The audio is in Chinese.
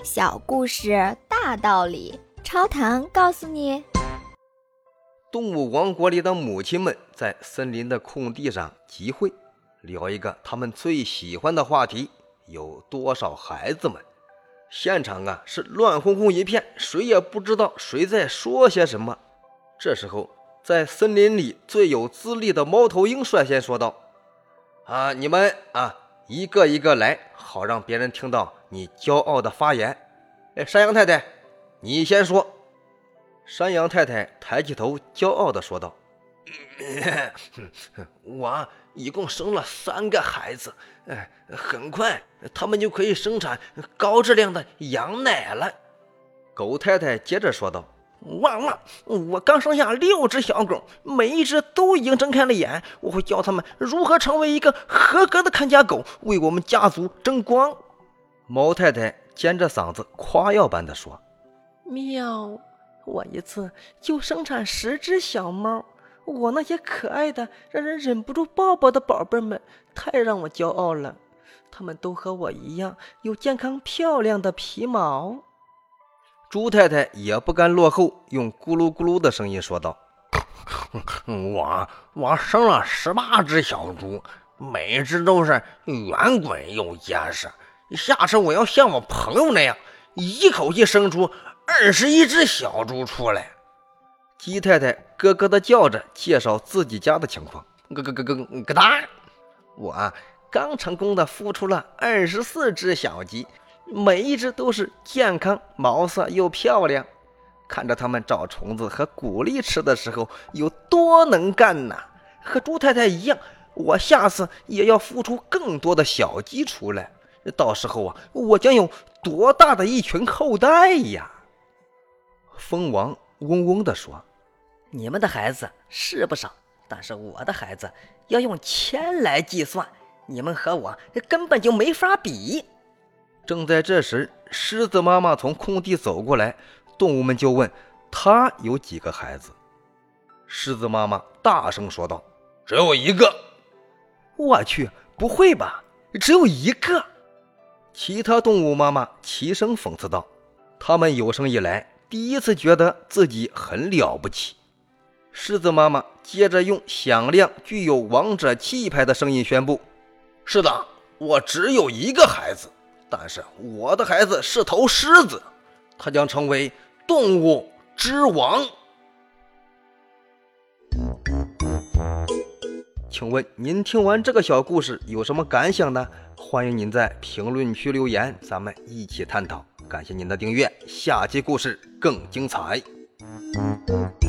小故事大道理，超糖告诉你。 动物王国里的母亲们在森林的空地上集会，聊一个他们最喜欢的话题：有多少孩子们？现场是乱哄哄一片，谁也不知道谁在说些什么。这时候，在森林里最有资历的猫头鹰率先说道：你们一个一个来，好让别人听到你骄傲的发言。山羊太太，你先说。山羊太太抬起头，骄傲地说道： 我一共生了3个孩子，很快他们就可以生产高质量的羊奶了。 狗太太接着说道： 汪汪！我刚生下6只小狗，每一只都已经睁开了眼，我会教他们如何成为一个合格的看家狗，为我们家族争光。 猫太太尖着嗓子夸耀般地说： 喵！我一次就生产10只小猫，我那些可爱的让人忍不住抱抱的宝贝们太让我骄傲了，他们都和我一样有健康漂亮的皮毛。 猪太太也不甘落后，用咕噜咕噜的声音说道： 我生了18只小猪，每只都是圆滚又结实，下次我要像我朋友那样一口气生出21只小猪出来。 鸡太太咯咯地叫着介绍自己家的情况： 咯哒！我刚成功的孵出了24只小鸡，每一只都是健康，毛色又漂亮。看着它们找虫子和谷粒吃的时候有多能干呐！和猪太太一样，我下次也要孵出更多的小鸡出来，到时候我将有多大的一群后代呀！ 蜂王嗡嗡地说： 你们的孩子是不少，但是我的孩子要用千来计算，你们和我根本就没法比。 正在这时，狮子妈妈从空地走过来，动物们就问她有几个孩子。狮子妈妈大声说道： 只有1个。 我去，不会吧，只有1个？ 其他动物妈妈齐声讽刺道：他们有生以来第一次觉得自己很了不起。狮子妈妈接着用响亮具有王者气派的声音宣布： 是的，我只有1个孩子，但是我的孩子是头狮子，他将成为动物之王。 请问您听完这个小故事有什么感想呢？欢迎您在评论区留言，咱们一起探讨。感谢您的订阅，下期故事更精彩。